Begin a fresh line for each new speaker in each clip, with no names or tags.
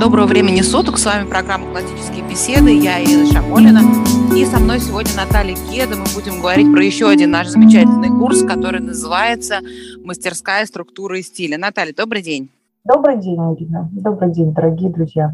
Доброго времени суток. С вами программа «Классические беседы». Я Ирина Шамолина. И со мной сегодня Наталья Кеда. Мы будем говорить про еще один наш замечательный курс, который называется «Мастерская структуры и стиля». Наталья, добрый день.
Добрый день, Ирина. Добрый день, дорогие друзья.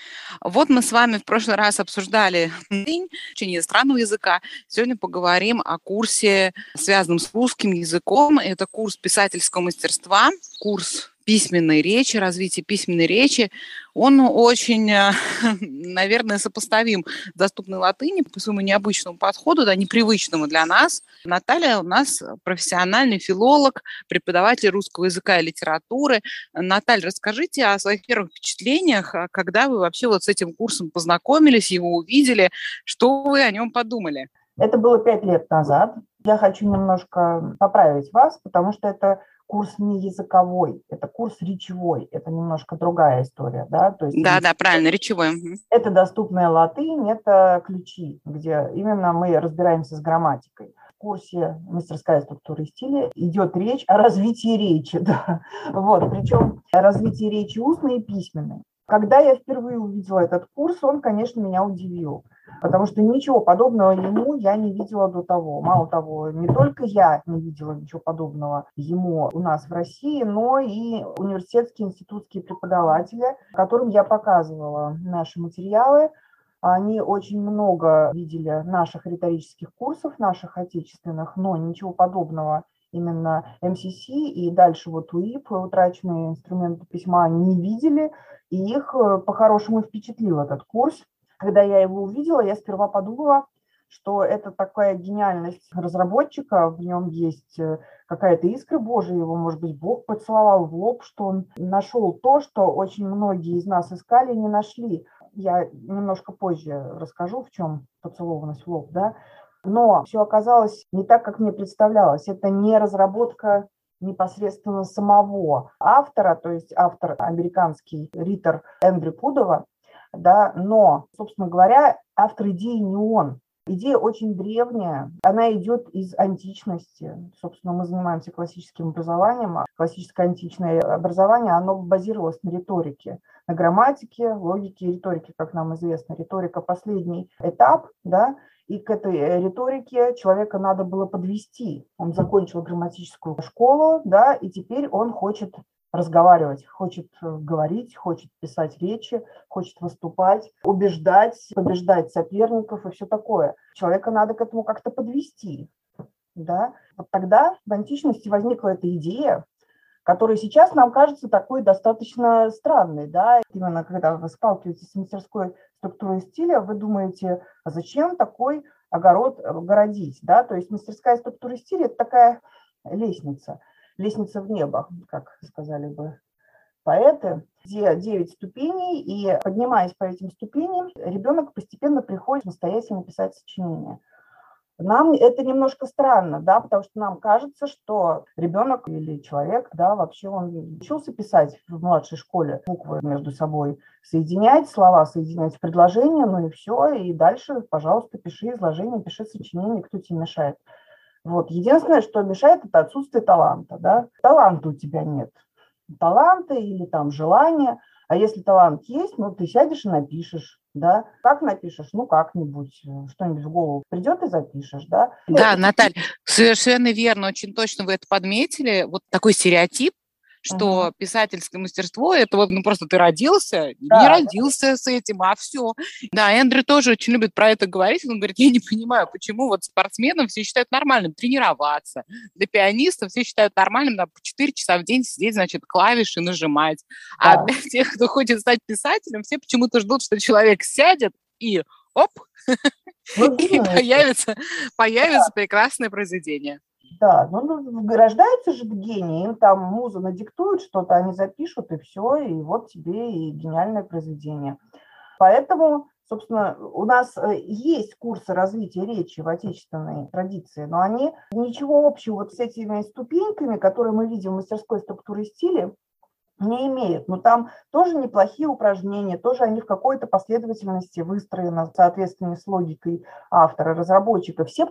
Вот мы с вами в прошлый раз обсуждали учение иностранного языка. Сегодня поговорим о курсе, связанном с русским языком. Это курс писательского мастерства, курс письменной речи, развитие письменной речи. Он очень, наверное, сопоставим с доступной латыни по своему необычному подходу, да, непривычному для нас. Наталья у нас профессиональный филолог, преподаватель русского языка и литературы. Наталья, расскажите о своих первых впечатлениях, когда вы вообще вот с этим курсом познакомились, его увидели, что вы о нем подумали?
Это было 5 лет назад. Я хочу немножко поправить вас, потому что это курс не языковой, это курс речевой, это немножко другая история, да? То есть
да, правильно, речевой.
Это доступная латынь, это ключи, где именно мы разбираемся с грамматикой. В курсе «Мастерская структура и стиля» идет речь о развитии речи, да. Вот, причем о развитии речи устной и письменной. Когда я впервые увидела этот курс, он, конечно, меня удивил, потому что ничего подобного ему я не видела до того. Мало того, не только я не видела ничего подобного ему у нас в России, но и университетские институтские преподаватели, которым я показывала наши материалы. Они очень много видели наших риторических курсов, наших отечественных, но ничего подобного именно МСС и дальше вот УИП, утраченные инструменты письма, они не видели, и их по-хорошему впечатлил этот курс. Когда я его увидела, я сперва подумала, что это такая гениальность разработчика, в нем есть какая-то искра Божия, его, может быть, Бог поцеловал в лоб, что он нашел то, что очень многие из нас искали и не нашли. Я немножко позже расскажу, в чем поцелованность в лоб, да. Но все оказалось не так, как мне представлялось. Это не разработка непосредственно самого автора, то есть автор американский ритор Эндрю Пудова, да, но, собственно говоря, автор идеи не он. Идея очень древняя, она идет из античности. Собственно, мы занимаемся классическим образованием, а классическое античное образование, оно базировалось на риторике, на грамматике, логике и риторике, как нам известно. Риторика – последний этап, да, и к этой риторике человека надо было подвести. Он закончил грамматическую школу, да, и теперь он хочет разговаривать, хочет говорить, хочет писать речи, хочет выступать, убеждать, побеждать соперников и все такое. Человека надо к этому как-то подвести. Да? Вот тогда в античности возникла эта идея, которая сейчас нам кажется такой достаточно странной. Да? Именно когда вы сталкиваетесь с мастерской структурой стиля, вы думаете, а зачем такой огород городить? Да? То есть мастерская структура стиля – это такая лестница в небо, как сказали бы поэты, где 9 ступеней, и поднимаясь по этим ступеням, ребенок постепенно приходит самостоятельно писать сочинения. Нам это немножко странно, да, потому что нам кажется, что ребенок или человек, да, вообще он учился писать в младшей школе, буквы между собой соединять, слова соединять в предложения, ну и все, и дальше, пожалуйста, пиши изложение, пиши сочинение, кто тебе мешает. Вот. Единственное, что мешает, это отсутствие таланта. Да? Таланта у тебя нет. Таланта или там желания. А если талант есть, ну ты сядешь и напишешь. Да? Как напишешь? Ну как-нибудь, что-нибудь в голову придет и запишешь. Да,
да, Наталья, совершенно верно, очень точно вы это подметили. Вот такой стереотип, что писательское мастерство – это вот, ну, просто ты родился, не родился с этим, а все. Да, Эндрю тоже очень любит про это говорить. Он говорит, я не понимаю, почему вот спортсменам все считают нормальным тренироваться. Для пианистов все считают нормальным по 4 часа в день сидеть, значит, клавиши нажимать. А для тех, кто хочет стать писателем, все почему-то ждут, что человек сядет и оп, и появится прекрасное произведение.
Да, ну рождается же гений, им там муза надиктует что-то, они запишут, и все, и вот тебе и гениальное произведение. Поэтому, собственно, у нас есть курсы развития речи в отечественной традиции, но они ничего общего вот с этими ступеньками, которые мы видим в мастерской структуре стиля, Не имеет, но там тоже неплохие упражнения, тоже они в какой-то последовательности выстроены в соответствии с логикой автора, разработчика. Все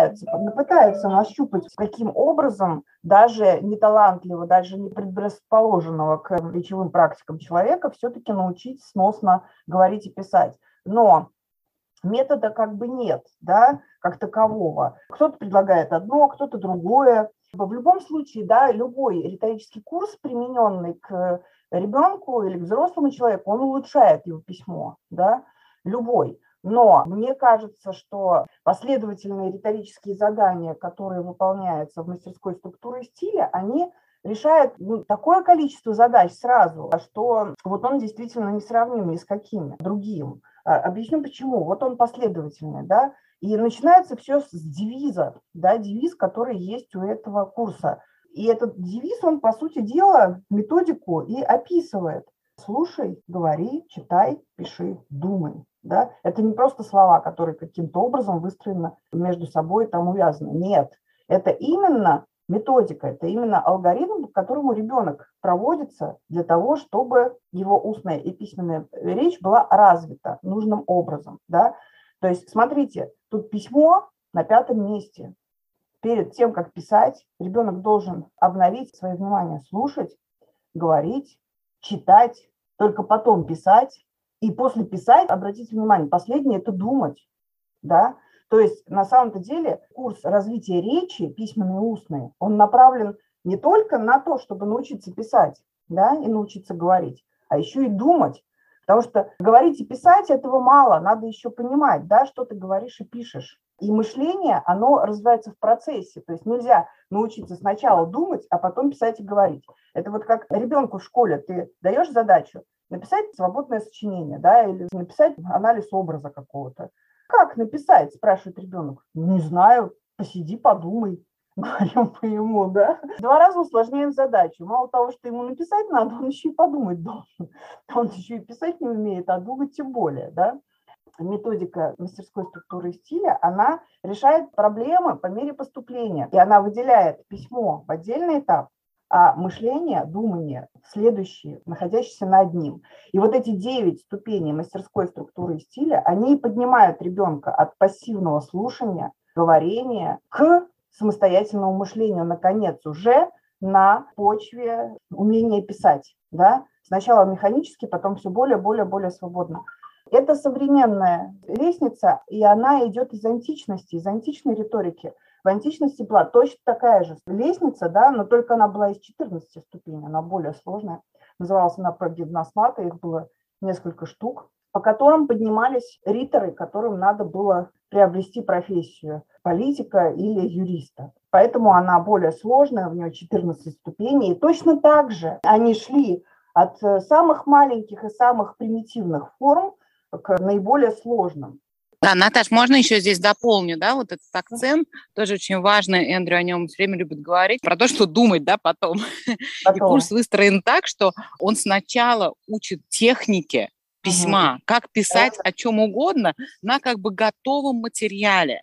пытаются нащупать, каким образом даже неталантливого, даже не предрасположенного к речевым практикам человека все-таки научить сносно говорить и писать. Но метода как бы нет, да, как такового. Кто-то предлагает одно, кто-то другое. В любом случае, да, любой риторический курс, примененный к ребенку или к взрослому человеку, он улучшает его письмо, да, любой. Но мне кажется, что последовательные риторические задания, которые выполняются в мастерской структуры и стиля, они решают такое количество задач сразу, что вот он действительно не сравним ни с каким другим. Объясню почему. Вот он последовательный, да, и начинается все с девиза, да, девиз, который есть у этого курса. И этот девиз, он, по сути дела, методику и описывает. Слушай, говори, читай, пиши, думай. Да? Это не просто слова, которые каким-то образом выстроены между собой, там увязаны. Нет, это именно методика, это именно алгоритм, по которому ребенок проводится для того, чтобы его устная и письменная речь была развита нужным образом. Да? То есть, смотрите, тут письмо на 5-м месте. Перед тем, как писать, ребенок должен обновить свое внимание, слушать, говорить, читать, только потом писать. И после писать, обратите внимание, последнее – это думать. Да? То есть, на самом-то деле, курс развития речи, письменной и устной, он направлен не только на то, чтобы научиться писать, да, и научиться говорить, а еще и думать. Потому что говорить и писать этого мало, надо еще понимать, да, что ты говоришь и пишешь. И мышление, оно развивается в процессе. То есть нельзя научиться сначала думать, а потом писать и говорить. Это вот как ребенку в школе ты даешь задачу написать свободное сочинение, да, или написать анализ образа какого-то. Как написать, спрашивает ребенок. Не знаю, посиди, подумай. Говорим по ему, да. 2 раза усложняем задачу. Мало того, что ему написать надо, он еще и подумать должен. Он еще и писать не умеет, а думать тем более, да. Методика мастерской структуры и стиля, она решает проблемы по мере поступления. И она выделяет письмо в отдельный этап, а мышление, думание следующие, находящиеся над ним. И вот эти 9 ступеней мастерской структуры и стиля, они поднимают ребенка от пассивного слушания, говорения к самостоятельному мышлению, наконец, уже на почве умения писать. Да? Сначала механически, потом все более свободно. Это современная лестница, и она идет из античности, из античной риторики. В античности была точно такая же лестница, да, но только она была из 14 ступеней, она более сложная. Называлась она прогимнасмата, их было несколько штук, по которым поднимались риторы, которым надо было приобрести профессию политика или юриста. Поэтому она более сложная, в нее 14 ступеней. И точно так же они шли от самых маленьких и самых примитивных форм к наиболее сложным.
Да, Наташ, можно еще здесь дополню, да, вот этот акцент, тоже очень важный, Эндрю о нем все время любит говорить, про то, что думать, да, потом. И курс выстроен так, что он сначала учит технике письма, как писать о чем угодно на как бы готовом материале.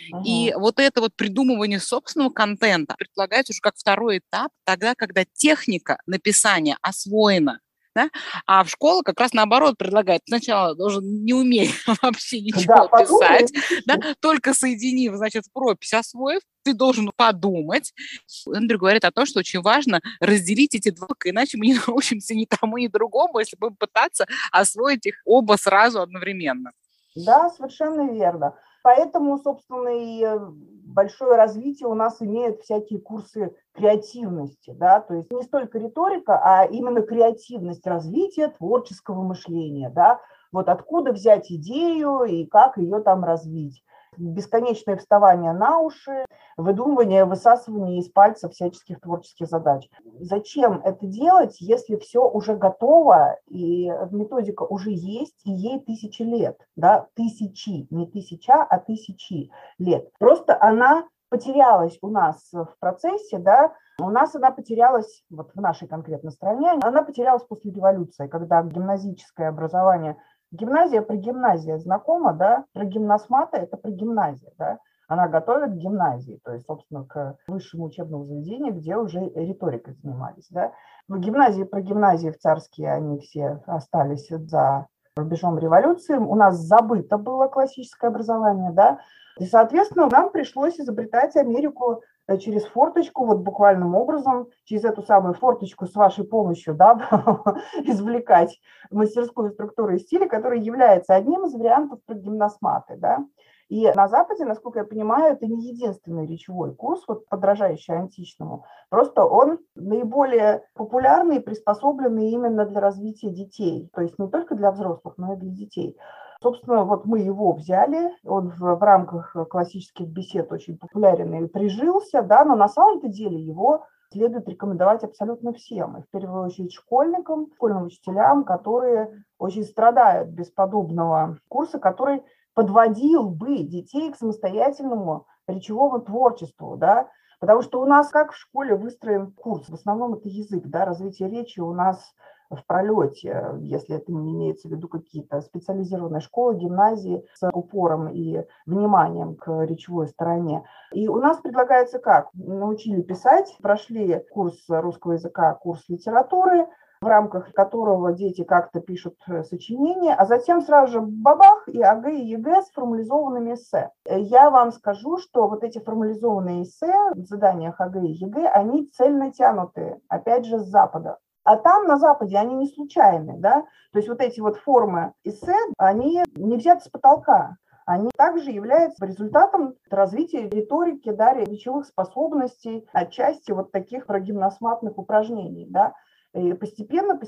И вот это вот придумывание собственного контента предполагается уже как второй этап, тогда, когда техника написания освоена. Да? А в школе как раз наоборот предлагает. Сначала должен не уметь вообще ничего писать, да? Только соединив, значит, пропись освоив, ты должен подумать. Эндрю говорит о том, что очень важно разделить эти два, иначе мы не научимся ни тому, ни другому, если будем пытаться освоить их оба сразу одновременно.
Да, совершенно верно. Поэтому, собственно, и большое развитие у нас имеют всякие курсы креативности, да, то есть не столько риторика, а именно креативность развития творческого мышления, да, вот откуда взять идею и как ее там развить. Бесконечное вставание на уши, выдумывание, высасывание из пальца всяческих творческих задач. Зачем это делать, если все уже готово, и методика уже есть, и ей 1000 лет, да, тысячи, не 1000, а 1000 лет. Просто она потерялась у нас в процессе, да, у нас она потерялась, вот в нашей конкретной стране, она потерялась после революции, когда гимназическое образование. Гимназия, пригимназия знакома, да? Прогимнасмата – это прогимназия, да? она готовит к гимназии, то есть, собственно, к высшему учебному заведению, где уже риторикой занимались. Да. В гимназии, про гимназии в царские они все остались за рубежом революции. У нас забыто было классическое образование, да, и, соответственно, нам пришлось изобретать Америку через форточку, вот буквальным образом, через эту самую форточку с вашей помощью, да, извлекать мастерскую структуру и стиля, которая является одним из вариантов про гимнасматы, да. И на Западе, насколько я понимаю, это не единственный речевой курс, вот подражающий античному. Просто он наиболее популярный и приспособленный именно для развития детей. То есть не только для взрослых, но и для детей. Собственно, вот мы его взяли, он в рамках классических бесед очень популярен и прижился, да, но на самом-то деле его следует рекомендовать абсолютно всем, и в первую очередь школьникам, школьным учителям, которые очень страдают без подобного курса, который подводил бы детей к самостоятельному речевому творчеству, да, потому что у нас как в школе выстроен курс, в основном это язык, да, развитие речи у нас в пролете, если это не имеется в виду какие-то специализированные школы, гимназии с упором и вниманием к речевой стороне. И у нас предлагается как? Научили писать, прошли курс русского языка, курс литературы, в рамках которого дети как-то пишут сочинения, а затем сразу же бабах и АГ, и ЕГЭ с формализованными эссе. Я вам скажу, что вот эти формализованные эссе в заданиях АГ и ЕГЭ, они цельно тянутые, опять же, с Запада. А там, на Западе, они не случайны, да, то есть вот эти вот формы эссе, они не взяты с потолка. Они также являются результатом развития риторики, да, речевых способностей, отчасти вот таких прогимнасматных упражнений, да. И постепенно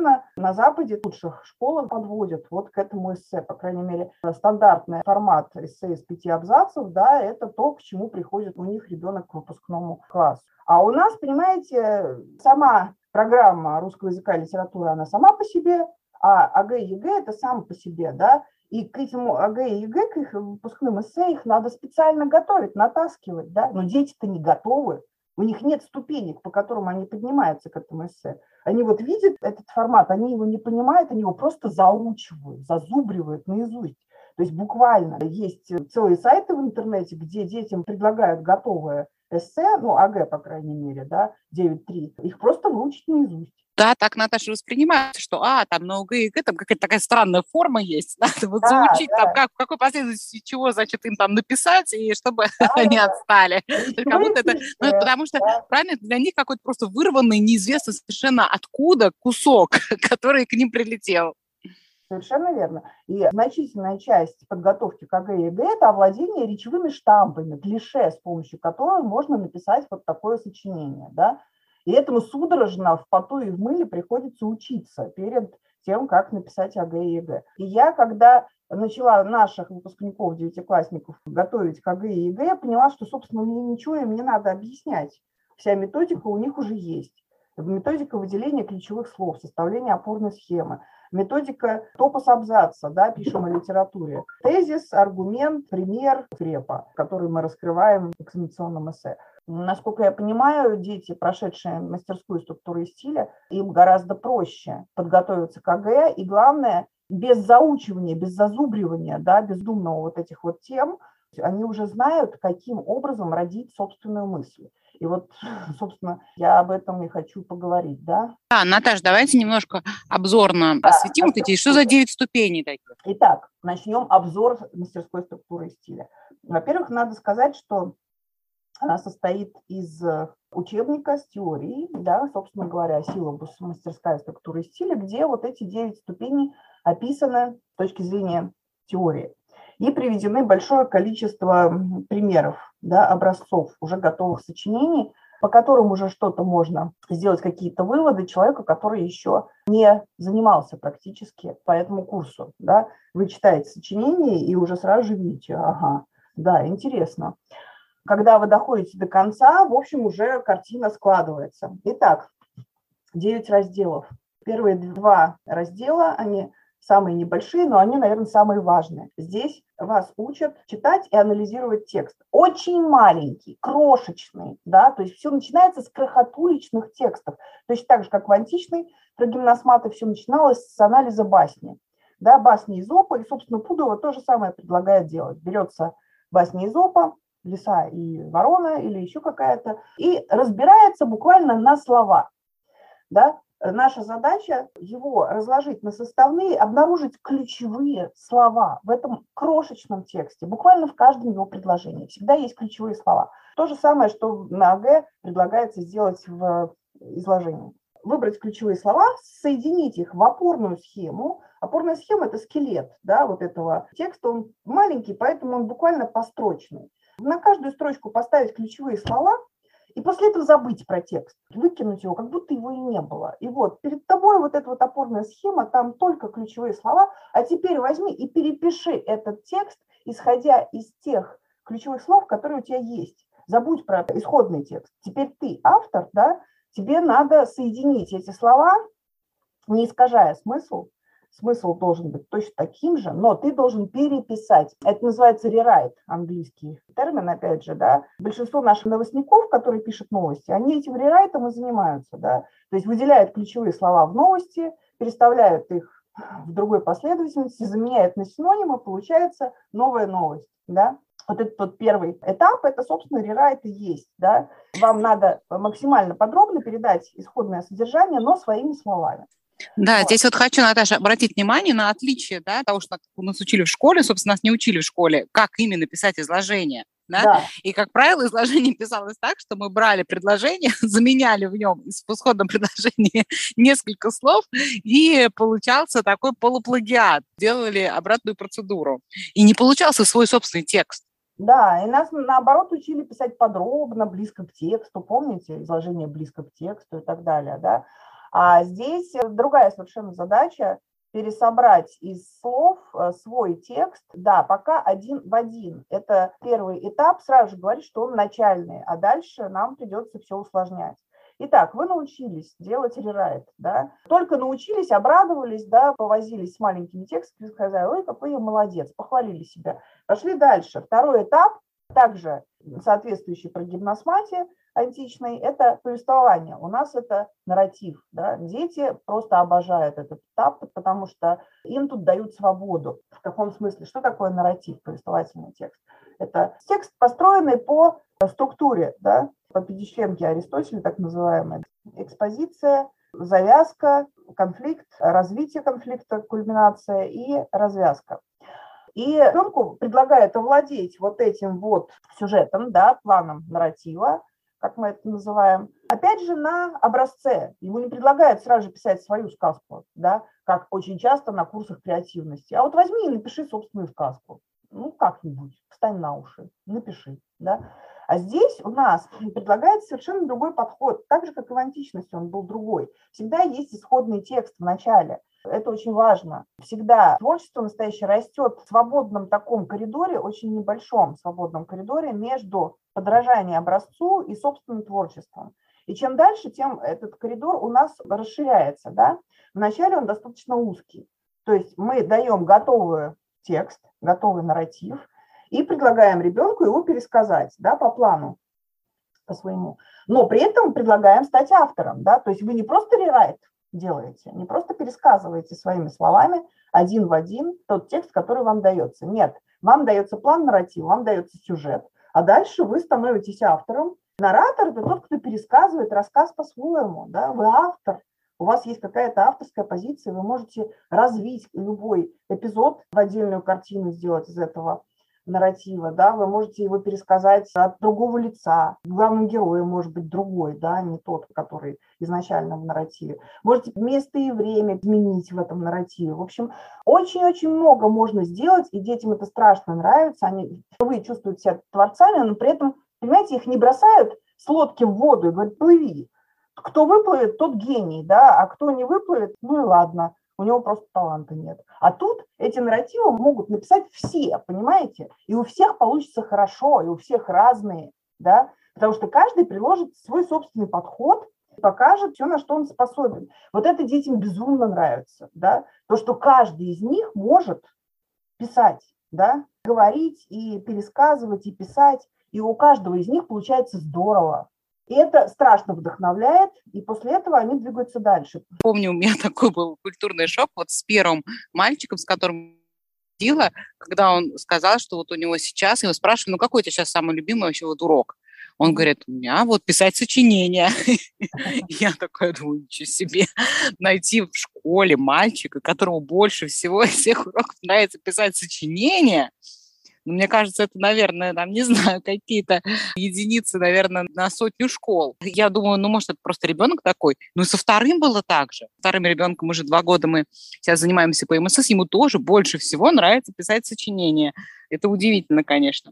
на Западе в лучших школах подводят вот к этому эссе, по крайней мере, стандартный формат эссе из 5 абзацев, да, это то, к чему приходит у них ребенок к выпускному классу. А у нас, понимаете, сама программа русского языка и литературы, она сама по себе, а АГ и ЕГЭ это сам по себе, да, и к этому АГ и ЕГЭ, к их выпускным эссе, их надо специально готовить, натаскивать, да, но дети-то не готовы. У них нет ступенек, по которым они поднимаются к этому эссе. Они вот видят этот формат, они его не понимают, они его просто заучивают, зазубривают наизусть. То есть буквально есть целые сайты в интернете, где детям предлагают готовое эссе, ну, АГ, по крайней мере, да, 9.3, их просто выучить наизусть.
Да, так, Наташа, воспринимается, что, там на ОГЭ и ЕГЭ там какая-то такая странная форма есть, надо вот заучить,
Да.
там, как, в какой последовательности чего, значит, им там написать, и чтобы они отстали. Как будто это, потому что, правильно, для них какой-то просто вырванный, неизвестно совершенно откуда кусок, который к ним прилетел.
Совершенно верно. И значительная часть подготовки к АГ и ЕГЭ – это овладение речевыми штампами, клише, с помощью которых можно написать вот такое сочинение, да. И этому судорожно в поту и в мыле приходится учиться перед тем, как написать АГ и ЕГЭ. И я, когда начала наших выпускников, девятиклассников готовить к АГ и ЕГЭ, я поняла, что, собственно, мне ничего им не надо объяснять. Вся методика у них уже есть. Методика выделения ключевых слов, составления опорной схемы, методика топос абзаца, да, пишем о литературе, тезис, аргумент, пример, скрепа, который мы раскрываем в экзаменационном эссе. Насколько я понимаю, дети, прошедшие мастерскую структуры и стиля, им гораздо проще подготовиться к АГ, и главное, без заучивания, без зазубривания, да, бездумного вот этих вот тем, они уже знают, каким образом родить собственную мысль. И вот, собственно, я об этом и хочу поговорить, да.
Да, Наташа, давайте немножко обзорно осветим вот эти, что за 9 ступеней таких.
Итак, начнем обзор мастерской структуры и стиля. Во-первых, надо сказать, что она состоит из учебника с теорией, да, собственно говоря, силабус мастерская структура и стиля, где вот эти 9 ступеней описаны с точки зрения теории. И приведены большое количество примеров, да, образцов уже готовых сочинений, по которым уже что-то можно сделать, какие-то выводы человеку, который еще не занимался практически по этому курсу. Да. Вы читаете сочинение и уже сразу же видите, ага, да, интересно. Когда вы доходите до конца, в общем, уже картина складывается. Итак, 9 разделов. Первые 2 раздела, они самые небольшие, но они, наверное, самые важные. Здесь вас учат читать и анализировать текст. Очень маленький, крошечный, да, то есть все начинается с крохотуличных текстов. Точно так же, как в античной прогимнасматы, все начиналось с анализа басни. Да, басни Эзопа, и, собственно, Пудова то же самое предлагает делать. Берется басня Эзопа, лиса и ворона или еще какая-то, и разбирается буквально на слова, да. Наша задача его разложить на составные, обнаружить ключевые слова в этом крошечном тексте, буквально в каждом его предложении. Всегда есть ключевые слова. То же самое, что на АГ предлагается сделать в изложении. Выбрать ключевые слова, соединить их в опорную схему. Опорная схема – это скелет, да, вот этого текста. Он маленький, поэтому он буквально построчный. На каждую строчку поставить ключевые слова и после этого забыть про текст, выкинуть его, как будто его и не было. И вот перед тобой вот эта вот опорная схема, там только ключевые слова, а теперь возьми и перепиши этот текст, исходя из тех ключевых слов, которые у тебя есть. Забудь про исходный текст. Теперь ты автор, да, тебе надо соединить эти слова, не искажая смысл. Смысл должен быть точно таким же, но ты должен переписать. Это называется rewrite, английский термин, опять же, да. Большинство наших новостников, которые пишут новости, они этим рерайтом и занимаются, да. То есть выделяют ключевые слова в новости, переставляют их в другой последовательности, заменяют на синонимы, получается новая новость, да. Вот этот вот первый этап, это, собственно, рерайт и есть, да. Вам надо максимально подробно передать исходное содержание, но своими словами.
Да, здесь вот хочу, Наташа, обратить внимание на отличие, да, того, что нас учили в школе, собственно, нас не учили в школе, как именно писать изложение. Да? И, как правило, изложение писалось так, что мы брали предложение, заменяли в нем в исходном предложении несколько слов, и получался такой полуплагиат. Делали обратную процедуру. И не получался свой собственный текст.
Да, и нас, наоборот, учили писать подробно, близко к тексту, помните, изложение близко к тексту и так далее, да. А здесь другая совершенно задача – пересобрать из слов свой текст, да, пока один в один. Это первый этап, сразу же говорит, что он начальный, а дальше нам придется все усложнять. Итак, вы научились делать рерайт, да, только научились, обрадовались, да, повозились с маленькими текстами, сказали, ой, какой я молодец, похвалили себя. Пошли дальше. Второй этап, также соответствующий про гимнасмате античный, это повествование. У нас это нарратив. Да? Дети просто обожают этот этап, потому что им тут дают свободу. В каком смысле? Что такое нарратив, повествовательный текст? Это текст, построенный по структуре, да? По пятичленке Аристотеля, так называемая. Экспозиция, завязка, конфликт, развитие конфликта, кульминация и развязка. И ребенку предлагают овладеть вот этим вот сюжетом, да, планом нарратива, как мы это называем, опять же на образце. Ему не предлагают сразу же писать свою сказку, да, как очень часто на курсах креативности. А вот возьми и напиши собственную сказку. Ну, как-нибудь, встань на уши, напиши, да. А здесь у нас предлагается совершенно другой подход. Так же, как и в античности он был другой. Всегда есть исходный текст в начале. Это очень важно. Всегда творчество настоящее растет в свободном таком коридоре, очень небольшом свободном коридоре между подражанием образцу и собственным творчеством. И чем дальше, тем этот коридор у нас расширяется. Да? Вначале он достаточно узкий. То есть мы даем готовый текст, готовый нарратив и предлагаем ребенку его пересказать, да, по плану, по своему. Но при этом предлагаем стать автором. Да? То есть вы не просто рерайт делаете, не просто пересказываете своими словами один в один тот текст, который вам дается. Нет, вам дается план нарратива, вам дается сюжет, а дальше вы становитесь автором. Наратор – это тот, кто пересказывает рассказ по-своему. Да? Вы автор, у вас есть какая-то авторская позиция, вы можете развить любой эпизод в отдельную картину, сделать из этого нарратива, да, вы можете его пересказать от другого лица. Главным героем может быть другой, да, не тот, который изначально в нарративе. Можете место и время изменить в этом нарративе. В общем, очень-очень много можно сделать, и детям это страшно нравится. Они впервые чувствуют себя творцами, но при этом, понимаете, их не бросают с лодки в воду и говорят, плыви. Кто выплывет, тот гений, да, а кто не выплывет, ну и ладно. У него просто таланта нет. А тут эти нарративы могут написать все, понимаете? И у всех получится хорошо, и у всех разные, да? Потому что каждый приложит свой собственный подход, покажет все, на что он способен. Вот это детям безумно нравится, да? То, что каждый из них может писать, да? Говорить и пересказывать, и писать. И у каждого из них получается здорово. И это страшно вдохновляет, и после этого они двигаются дальше.
Помню, у меня такой был культурный шок вот с первым мальчиком, с которым Дила, когда он сказал, что вот у него сейчас, его спрашивали, ну какой у тебя сейчас самый любимый вообще вот урок? Он говорит, у меня вот писать сочинения. Я такая думаю, ничего себе, найти в школе мальчика, которому больше всего из всех уроков нравится писать сочинения. Ну, мне кажется, это, наверное, там, не знаю, какие-то единицы, наверное, на сотню школ. Я думаю, ну, может, это просто ребенок такой. Ну, и со вторым было так же. Вторым ребенком уже 2 года мы сейчас занимаемся по МСС, ему тоже больше всего нравится писать сочинения. Это удивительно, конечно.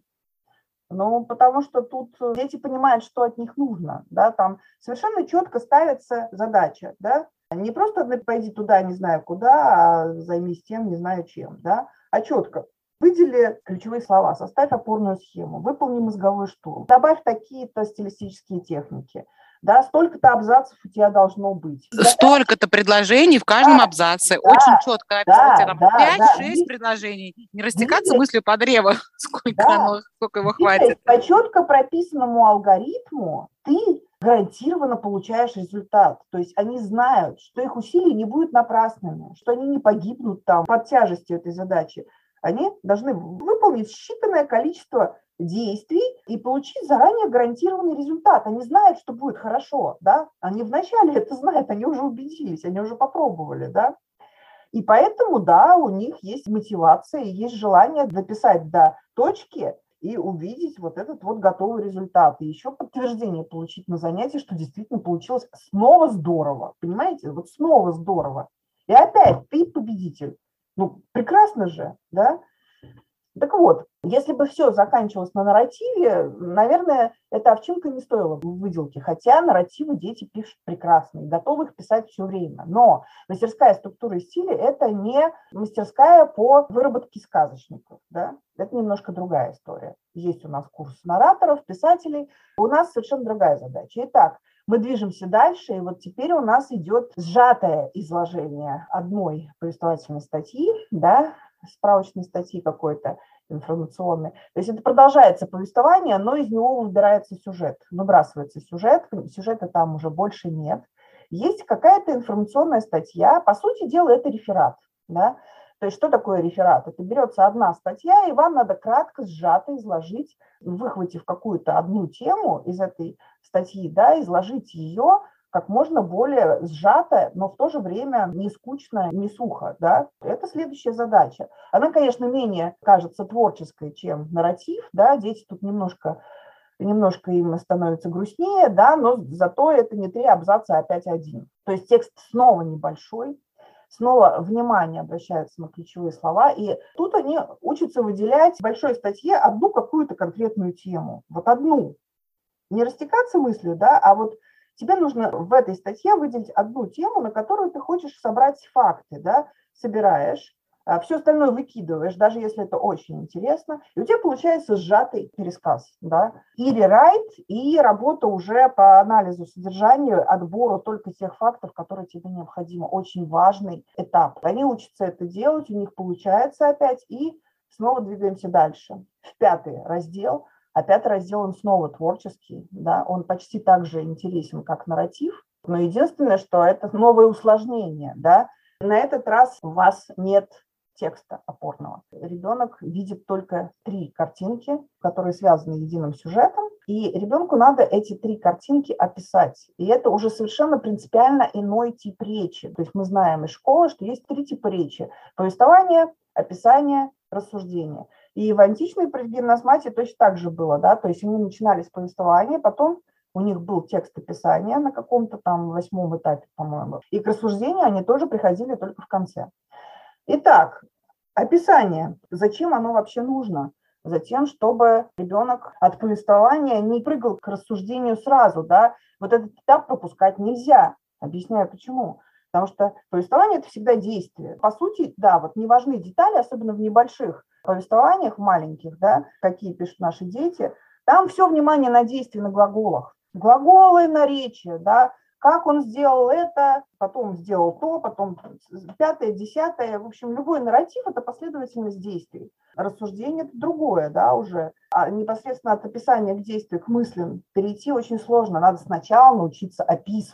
Ну, потому что тут дети понимают, что от них нужно, да, там совершенно четко ставится задача, да, не просто пойди туда, не знаю куда, а займись тем, не знаю чем, да, а четко. Выдели ключевые слова, составь опорную схему, выполни мозговой штурм, добавь такие-то стилистические техники, да, столько-то абзацев у тебя должно быть.
Столько-то предложений в каждом абзаце.
Да,
Очень четко написано. У тебя там
да.
5-6 предложений. Не растекаться мыслью по древу, сколько его хватит.
По четко прописанному алгоритму ты гарантированно получаешь результат. То есть они знают, что их усилия не будут напрасными, что они не погибнут там под тяжестью этой задачи. Они должны выполнить считанное количество действий и получить заранее гарантированный результат. Они знают, что будет хорошо, да? Они вначале это знают, они уже убедились, они уже попробовали, да? И поэтому, да, у них есть мотивация, есть желание дописать до точки и увидеть вот этот вот готовый результат. И еще подтверждение получить на занятии, что действительно получилось снова здорово. Понимаете? Вот снова здорово. И опять ты победитель. Ну, прекрасно же, да? Так вот, если бы все заканчивалось на нарративе, наверное, эта овчинка не стоила бы выделки, хотя нарративы дети пишут прекрасно и готовы их писать все время. Но мастерская структура и стиля – это не мастерская по выработке сказочников, да? Это немножко другая история. Есть у нас курс нараторов, писателей, у нас совершенно другая задача. Итак, мы движемся дальше, и вот теперь у нас идет сжатое изложение одной повествовательной статьи, да, справочной статьи какой-то информационной. То есть это продолжается повествование, но из него выбирается сюжет, выбрасывается сюжет, сюжета там уже больше нет. Есть какая-то информационная статья, по сути дела это реферат, да. То есть что такое реферат? Это берется одна статья, и вам надо кратко, сжато изложить, выхватив какую-то одну тему из этой статьи, да, изложить ее как можно более сжато, но в то же время не скучно, не сухо, да. Это следующая задача. Она, конечно, менее кажется творческой, чем нарратив, да, дети тут немножко им становится грустнее, да, но зато это не 3 абзаца, а 5-1. То есть текст снова небольшой, снова внимание обращается на ключевые слова, и тут они учатся выделять в большой статье одну какую-то конкретную тему, вот одну. Не растекаться мыслью, да, а вот тебе нужно в этой статье выделить одну тему, на которую ты хочешь собрать факты, да, собираешь, все остальное выкидываешь, даже если это очень интересно, и у тебя получается сжатый пересказ, да, и рерайт, и работа уже по анализу содержания, отбору только тех фактов, которые тебе необходимы. Очень важный этап. Они учатся это делать, у них получается опять, и снова двигаемся дальше. В 5-й раздел. А 5-й раздел, он снова творческий, да, он почти так же интересен, как нарратив, но единственное, что это новое усложнение, да. На этот раз у вас нет текста опорного. Ребенок видит только 3 картинки, которые связаны единым сюжетом, и ребенку надо эти 3 картинки описать. И это уже совершенно принципиально иной тип речи. То есть мы знаем из школы, что есть 3 типа речи: повествование, описание, рассуждение. И в античной гимназматии точно так же было, да, то есть они начинали с повествования, потом у них был текст описания на каком-то там 8-м этапе, по-моему, и к рассуждению они тоже приходили только в конце. Итак, описание. Зачем оно вообще нужно? Затем, чтобы ребенок от повествования не прыгал к рассуждению сразу, да. Вот этот этап пропускать нельзя. Объясняю, почему. Потому что повествование – это всегда действие. По сути, да, вот не важны детали, особенно в небольших повествованиях, в маленьких, да, какие пишут наши дети, там все внимание на действие, на глаголах. Глаголы, наречия, да, как он сделал это, потом сделал то, потом 5-е, 10-е. В общем, любой нарратив – это последовательность действий. Рассуждение – это другое, да, уже. А непосредственно от описания к действию, к мыслям перейти очень сложно. Надо сначала научиться описывать.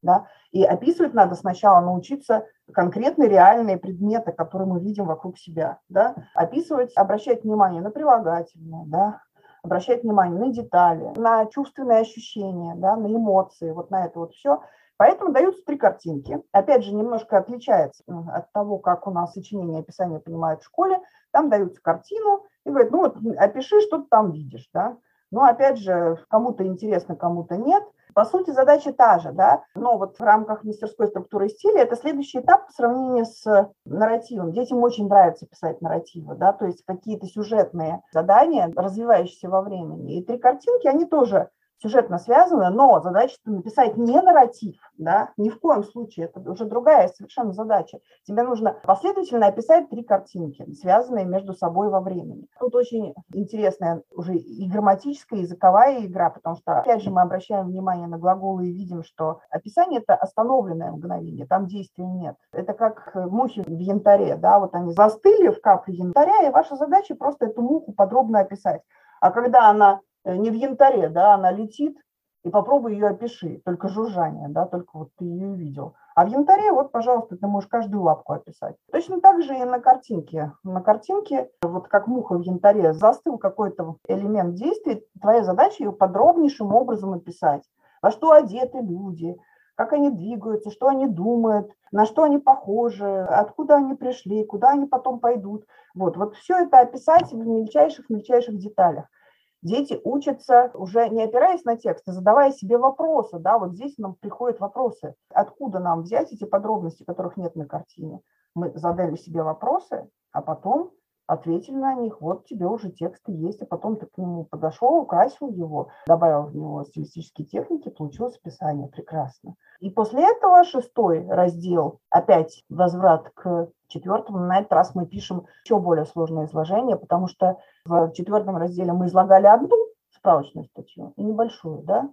да, и описывать надо сначала научиться конкретные реальные предметы, которые мы видим вокруг себя, да, описывать, обращать внимание на прилагательные, да, обращать внимание на детали, на чувственные ощущения, да, на эмоции, вот на это вот все. Поэтому даются 3 картинки. Опять же, немножко отличается от того, как у нас сочинение и описание понимают в школе. Там даются картину и говорят, ну вот опиши, что ты там видишь, да. Но опять же, кому-то интересно, кому-то нет. По сути, задача та же, да, но вот в рамках мастерской структуры и стиля это следующий этап по сравнению с нарративом. Детям очень нравится писать нарративы, да, то есть какие-то сюжетные задания, развивающиеся во времени. И 3 картинки, они тоже сюжетно связаны, но задача написать не нарратив, да, ни в коем случае, это уже другая совершенно задача. Тебе нужно последовательно описать 3 картинки, связанные между собой во времени. Тут очень интересная уже и грамматическая, и языковая игра, потому что, опять же, мы обращаем внимание на глаголы и видим, что описание – это остановленное мгновение, там действия нет. Это как мухи в янтаре, да, вот они застыли в капле янтаря, и ваша задача просто эту муху подробно описать. А когда она не в янтаре, да, она летит, и попробуй ее опиши, только жужжание, да, только вот ты ее видел. А в янтаре, вот, пожалуйста, ты можешь каждую лапку описать. Точно так же и на картинке. На картинке, вот как муха в янтаре, застыл какой-то элемент действия, твоя задача ее подробнейшим образом описать. Во что одеты люди, как они двигаются, что они думают, на что они похожи, откуда они пришли, куда они потом пойдут. Вот все это описать в мельчайших деталях. Дети учатся уже не опираясь на текст, а задавая себе вопросы. Да, вот здесь нам приходят вопросы. Откуда нам взять эти подробности, которых нет на картине? Мы задали себе вопросы, а потом ответили на них. Вот тебе уже тексты есть, а потом ты к нему подошел, украсил его, добавил в него стилистические техники, получилось описание. Прекрасно. И после этого 6-й раздел, опять возврат к 4-му, на этот раз мы пишем еще более сложное изложение, потому что в 4-м разделе мы излагали одну справочную статью и небольшую, да.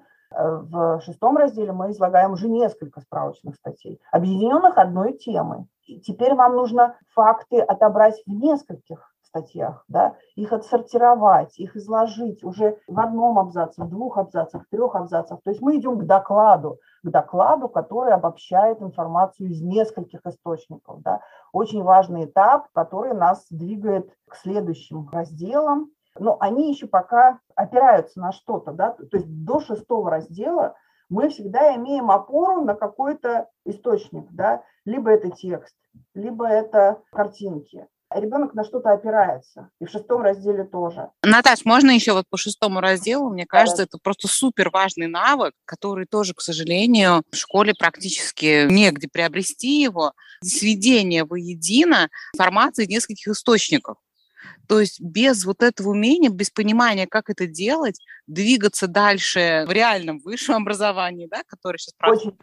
В 6-м разделе мы излагаем уже несколько справочных статей, объединенных одной темой. И теперь вам нужно факты отобрать в нескольких статьях, да, их отсортировать, их изложить уже в одном абзаце, в 2 абзацах, в 3 абзацах. То есть мы идем к докладу, который обобщает информацию из нескольких источников. Да. Очень важный этап, который нас двигает к следующим разделам. Но они еще пока опираются на что-то. Да. То есть до 6-го раздела мы всегда имеем опору на какой-то источник. Да. Либо это текст, либо это картинки. Ребенок на что-то опирается. И в 6-м разделе тоже.
Наташ, можно еще вот по 6-му разделу? Мне кажется, это просто супер важный навык, который тоже, к сожалению, в школе практически негде приобрести его. Сведение воедино информации из нескольких источников. То есть без вот этого умения, без понимания, как это делать, двигаться дальше в реальном высшем образовании, да, которое сейчас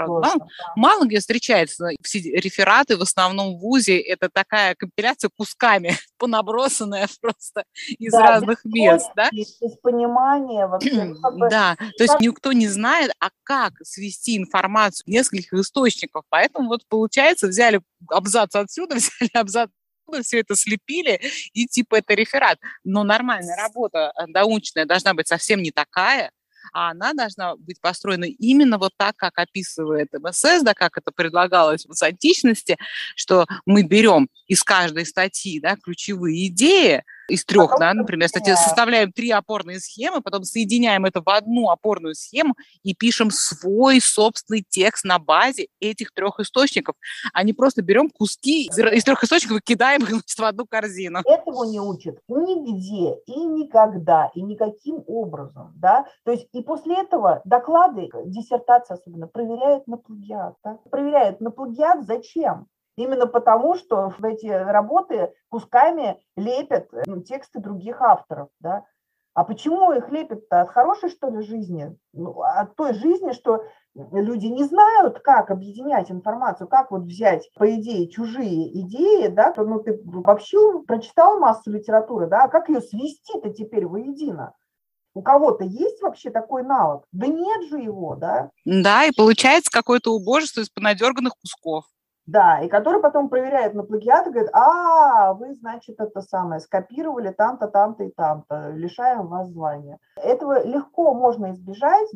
мало где встречается. Все рефераты в основном в ВУЗе – это такая компиляция кусками, понабросанная просто из разных мест. Да?
Без понимания вообще.
Да, то есть никто не знает, а как свести информацию в нескольких источников. Поэтому вот получается, взяли абзац отсюда, взяли абзац, все это слепили, и типа это реферат. Но нормальная работа научная должна быть совсем не такая, а она должна быть построена именно вот так, как описывает МСС, да, как это предлагалось в античности, что мы берем из каждой статьи, да, ключевые идеи, из 3, да, например, составляем 3 опорные схемы, потом соединяем это в одну опорную схему и пишем свой собственный текст на базе этих 3 источников, а не просто берем куски из 3 источников и кидаем их в одну корзину.
Этому не учат нигде и никогда, и никаким образом, да. То есть и после этого доклады, диссертации особенно, проверяют на плагиат. Да? Проверяют на плагиат зачем? Именно потому, что в эти работы кусками лепят тексты других авторов, да. А почему их лепят-то? От хорошей, что ли, жизни? От той жизни, что люди не знают, как объединять информацию, как вот взять, по идее, чужие идеи, да, ты вообще прочитал массу литературы, да, а как ее свести-то теперь воедино? У кого-то есть вообще такой навык? Да нет же его, да?
Да, и получается какое-то убожество из понадерганных кусков.
Да, и который потом проверяет на плагиат и говорит, вы, значит, это самое, скопировали там-то, там-то и там-то, лишаем вас звания. Этого легко можно избежать, да,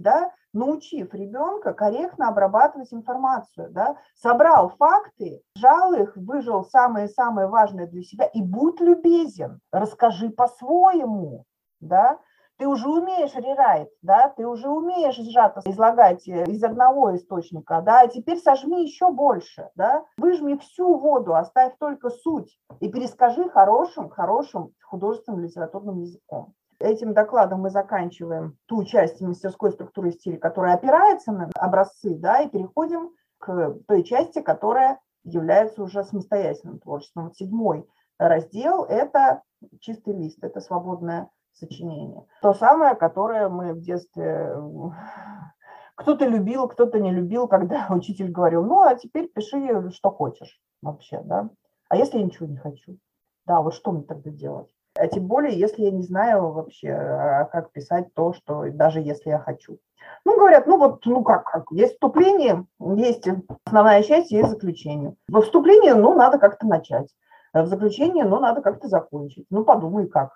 научив ребенка корректно обрабатывать информацию, да, собрал факты, сжал их, выжил самое-самое важное для себя и будь любезен, расскажи по-своему, да. Ты уже умеешь рерайт, да, ты уже умеешь сжато излагать из одного источника, да, а теперь сожми еще больше, да, выжми всю воду, оставь только суть и перескажи хорошим художественным литературным языком. Этим докладом мы заканчиваем ту часть мастерской структуры и стиля, которая опирается на образцы, да, и переходим к той части, которая является уже самостоятельным творчеством. Вот 7-й раздел – это чистый лист, это свободное сочинение. То самое, которое мы в детстве... Кто-то любил, кто-то не любил, когда учитель говорил, ну, а теперь пиши, что хочешь вообще, да. А если я ничего не хочу? Да, вот что мне тогда делать? А тем более, если я не знаю вообще, как писать то, что даже если я хочу. Ну, говорят, как, есть вступление, есть основная часть, есть заключение. Во вступлении, надо как-то начать. В заключение, надо как-то закончить. Подумай, как.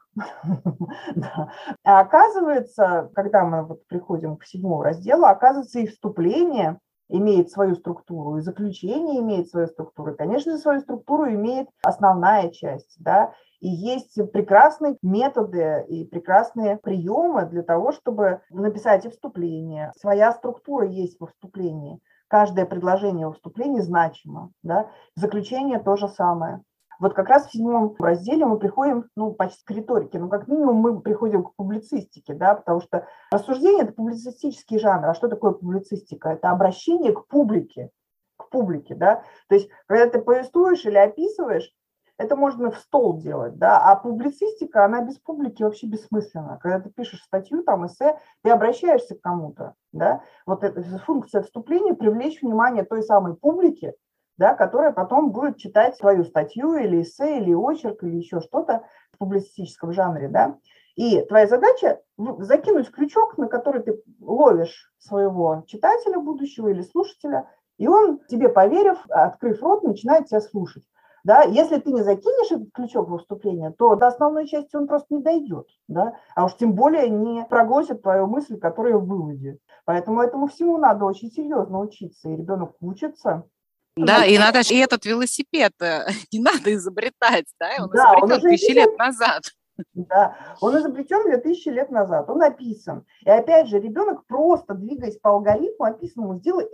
А оказывается, когда мы приходим к 7-му разделу, оказывается, и вступление имеет свою структуру, и заключение имеет свою структуру. Конечно же, свою структуру имеет основная часть, да, и есть прекрасные методы и прекрасные приемы для того, чтобы написать и вступление. Своя структура есть во вступлении. Каждое предложение во вступлении значимо, да. Заключение то же самое. Вот как раз в 7-м разделе мы приходим, почти к риторике, как минимум мы приходим к публицистике, да, потому что рассуждение – это публицистический жанр. А что такое публицистика? Это обращение к публике, да. То есть, когда ты повествуешь или описываешь, это можно в стол делать, да, а публицистика, она без публики вообще бессмысленна. Когда ты пишешь статью, эссе, ты обращаешься к кому-то, да. Вот эта функция вступления – привлечь внимание той самой публики, да, которая потом будет читать свою статью или эссе, или очерк, или еще что-то в публицистическом жанре, да. И твоя задача закинуть крючок, на который ты ловишь своего читателя будущего или слушателя, и он, тебе поверив, открыв рот, начинает тебя слушать. Да? Если ты не закинешь этот крючок во вступление, то до основной части он просто не дойдет, да? А уж тем более не проглотит твою мысль, которая в выводе. Поэтому этому всему надо очень серьезно учиться, и ребенок учится.
Да, и, Наташа, и этот велосипед не надо изобретать, да, он
Да,
изобретен 1000 лет назад.
Да, он изобретен 2000 лет назад, он описан. И опять же, ребенок просто двигаясь по алгоритму, описанному, сделай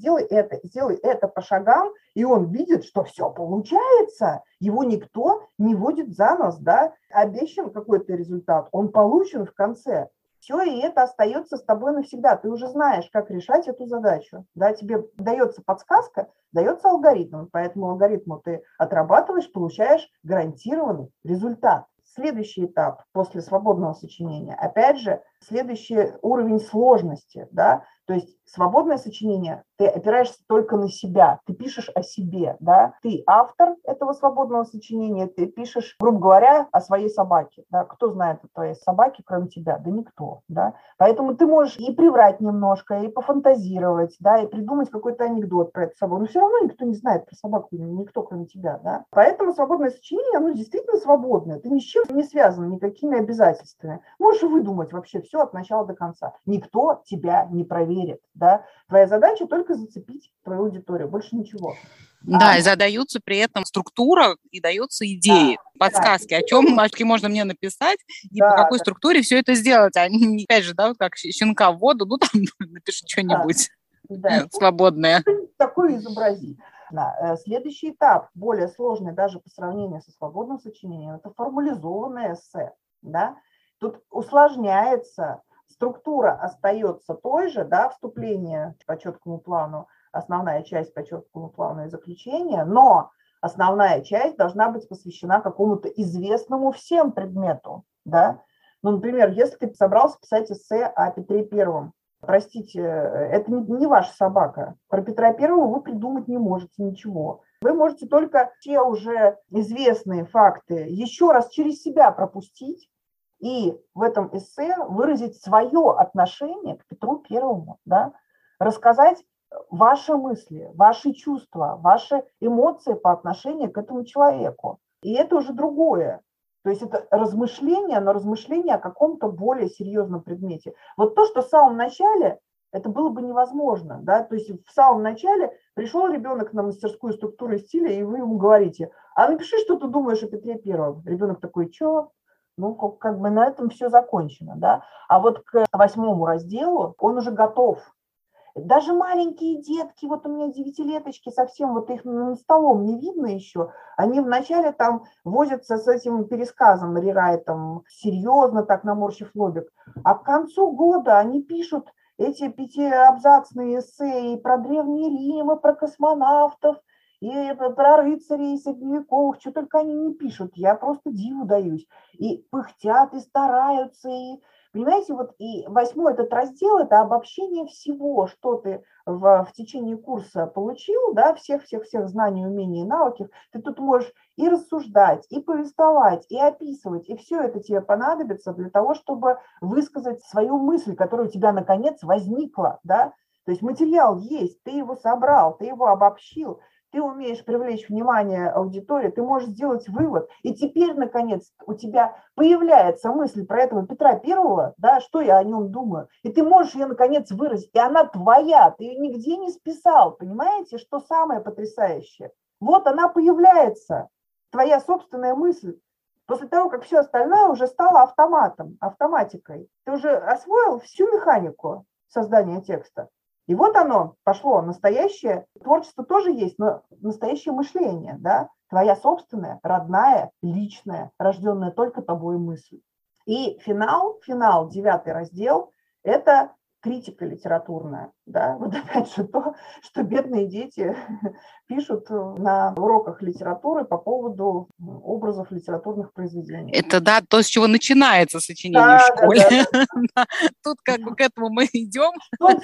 это по шагам, и он видит, что все получается. Его никто не водит за нос, да, обещан какой-то результат, он получен в конце. Все, и это остается с тобой навсегда. Ты уже знаешь, как решать эту задачу. Да, тебе дается подсказка, дается алгоритм. Поэтому алгоритму ты отрабатываешь, получаешь гарантированный результат. Следующий этап после свободного сочинения, опять же, следующий уровень сложности, да, то есть свободное сочинение, ты опираешься только на себя, ты пишешь о себе, да, ты автор этого свободного сочинения, ты пишешь, грубо говоря, о своей собаке, да, кто знает о твоей собаке, кроме тебя, да никто, да, поэтому ты можешь и приврать немножко, и пофантазировать, да, и придумать какой-то анекдот про эту собаку, но все равно никто не знает про собаку, никто, кроме тебя, да, поэтому свободное сочинение, оно действительно свободное, ты ни с чем не связан, никакими обязательствами, можешь выдумать вообще все от начала до конца, никто тебя не проверит, да, твоя задача только зацепить твою аудиторию, больше ничего.
Да, и задаются при этом структура и даются идеи, подсказки, о чем можно мне написать и по какой структуре все это сделать. А не, опять же, да, вот как щенка в воду, напиши что-нибудь свободное.
Такое изобрази. Следующий этап, более сложный даже по сравнению со свободным сочинением, это формализованное эссе, да. Тут усложняется, структура остается той же, да, вступление по четкому плану, основная часть по четкому плану и заключение, но основная часть должна быть посвящена какому-то известному всем предмету, да. Например, если ты собрался писать эссе о Петре Первом, простите, это не ваша собака. Про Петра Первого вы придумать не можете ничего. Вы можете только все уже известные факты еще раз через себя пропустить и в этом эссе выразить свое отношение к Петру Первому, да? Рассказать ваши мысли, ваши чувства, ваши эмоции по отношению к этому человеку. И это уже другое. То есть это размышление, но размышление о каком-то более серьезном предмете. Вот то, что в самом начале Это было бы невозможно, да, то есть в самом начале пришел ребенок на мастерскую структуры и стиля, и вы ему говорите, а напиши, что ты думаешь о Петре Первом. Ребенок такой, что? Ну, как бы на этом все закончено, да. А вот к 8 разделу он уже готов. Даже маленькие детки, вот у меня 9-леточки, совсем вот их над столом не видно еще, они вначале там возятся с этим пересказом рерайтом, серьезно так наморщив лобик, а к концу года они пишут эти 5-абзацные эссе и про Древний Рим, и про космонавтов, и про рыцарей средневековых, что только они не пишут, я просто диву даюсь. И пыхтят, и стараются, и понимаете, вот и 8 этот раздел – это обобщение всего, что ты в течение курса получил, да, всех знаний, умений и навыков. Ты тут можешь и рассуждать, и повествовать, и описывать, и все это тебе понадобится для того, чтобы высказать свою мысль, которая у тебя наконец возникла, да. То есть материал есть, ты его собрал, ты его обобщил, ты умеешь привлечь внимание аудитории, ты можешь сделать вывод, и теперь, наконец, у тебя появляется мысль про этого Петра Первого, да, что я о нем думаю, и ты можешь ее, наконец, выразить, и она твоя, ты ее нигде не списал, понимаете, что самое потрясающее? Вот она появляется, твоя собственная мысль, после того, как все остальное уже стало автоматикой. Ты уже освоил всю механику создания текста. И вот оно пошло, настоящее творчество тоже есть, но настоящее мышление, да, твоя собственная, родная, личная, рожденная только тобой мысль. И финал, 9 раздел, это критика литературная, да, вот опять же то, что бедные дети пишут на уроках литературы по поводу образов литературных произведений.
Это, да, то, с чего начинается сочинение в школе. Тут как бы к этому мы идем.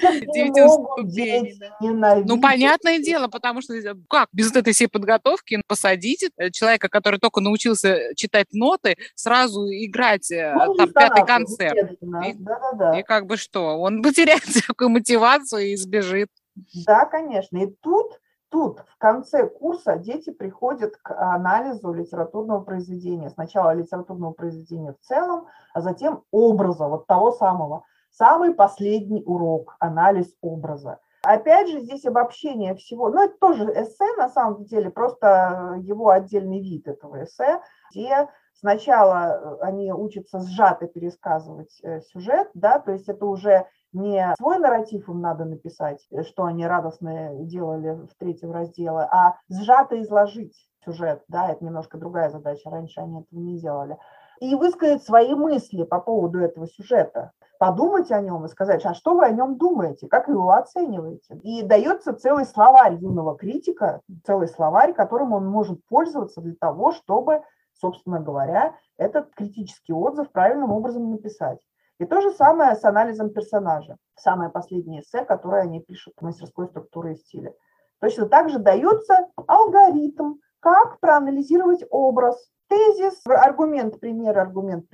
Ну, понятное дело, потому что как без этой всей подготовки посадить человека, который только научился читать ноты, сразу играть там 5-й концерт. И как бы что, он потеряет всякую мотивацию и сбежит.
Да, конечно. И тут в конце курса дети приходят к анализу литературного произведения. Сначала литературного произведения в целом, а затем образа, вот того самого. Самый последний урок – анализ образа. Опять же, здесь обобщение всего. Ну, это тоже эссе, на самом деле, просто его отдельный вид этого эссе, где сначала они учатся сжато пересказывать сюжет, да, то есть это уже не свой нарратив им надо написать, что они радостно делали в 3 разделе, а сжато изложить сюжет, да, это немножко другая задача, раньше они этого не делали. И высказать свои мысли по поводу этого сюжета, подумать о нем и сказать, а что вы о нем думаете, как вы его оцениваете. И дается целый словарь юного критика, целый словарь, которым он может пользоваться для того, чтобы, собственно говоря, этот критический отзыв правильным образом написать. И то же самое с анализом персонажа. Самое последнее эссе, которое они пишут в мастерской структуры и стиля. Точно так же дается алгоритм, как проанализировать образ. Тезис, аргумент, пример,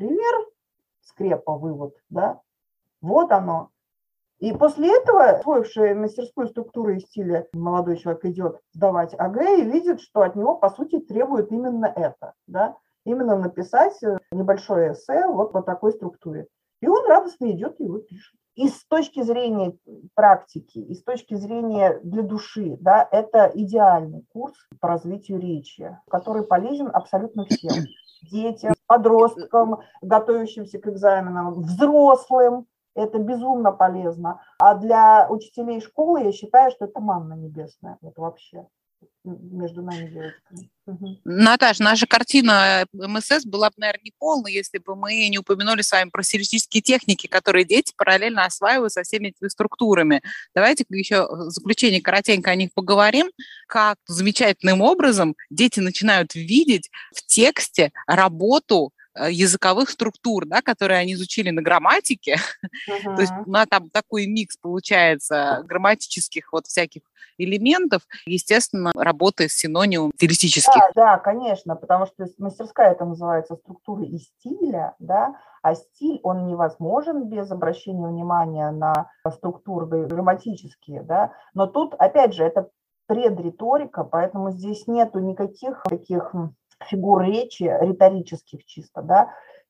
скрепа, вывод. Да? Вот оно. И после этого, освоивший мастерскую структуру и стиля, молодой человек идет сдавать АГ и видит, что от него, по сути, требует именно это. Да? Именно написать небольшое эссе вот по такой структуре. И он радостно идет и его пишет. И с точки зрения практики, и с точки зрения для души, да, это идеальный курс по развитию речи, который полезен абсолютно всем. Детям, подросткам, готовящимся к экзаменам, взрослым. Это безумно полезно. А для учителей школы я считаю, что это манна небесная. Вот вообще между нами девочками.
Наташ, наша картина МСС была бы, наверное, не полной, если бы мы не упомянули с вами про стилистические техники, которые дети параллельно осваивают со всеми этими структурами. Давайте еще в заключение коротенько о них поговорим, как замечательным образом дети начинают видеть в тексте работу языковых структур, да, которые они изучили на грамматике. То есть у нас там такой микс получается грамматических вот всяких элементов, естественно, работы с синонимом стилистических.
Да, конечно, потому что мастерская это называется структура и стиля, да, а стиль, он невозможен без обращения внимания на структуры грамматические, да, но тут, опять же, это предриторика, поэтому здесь нету никаких таких фигур речи риторических чисто, да,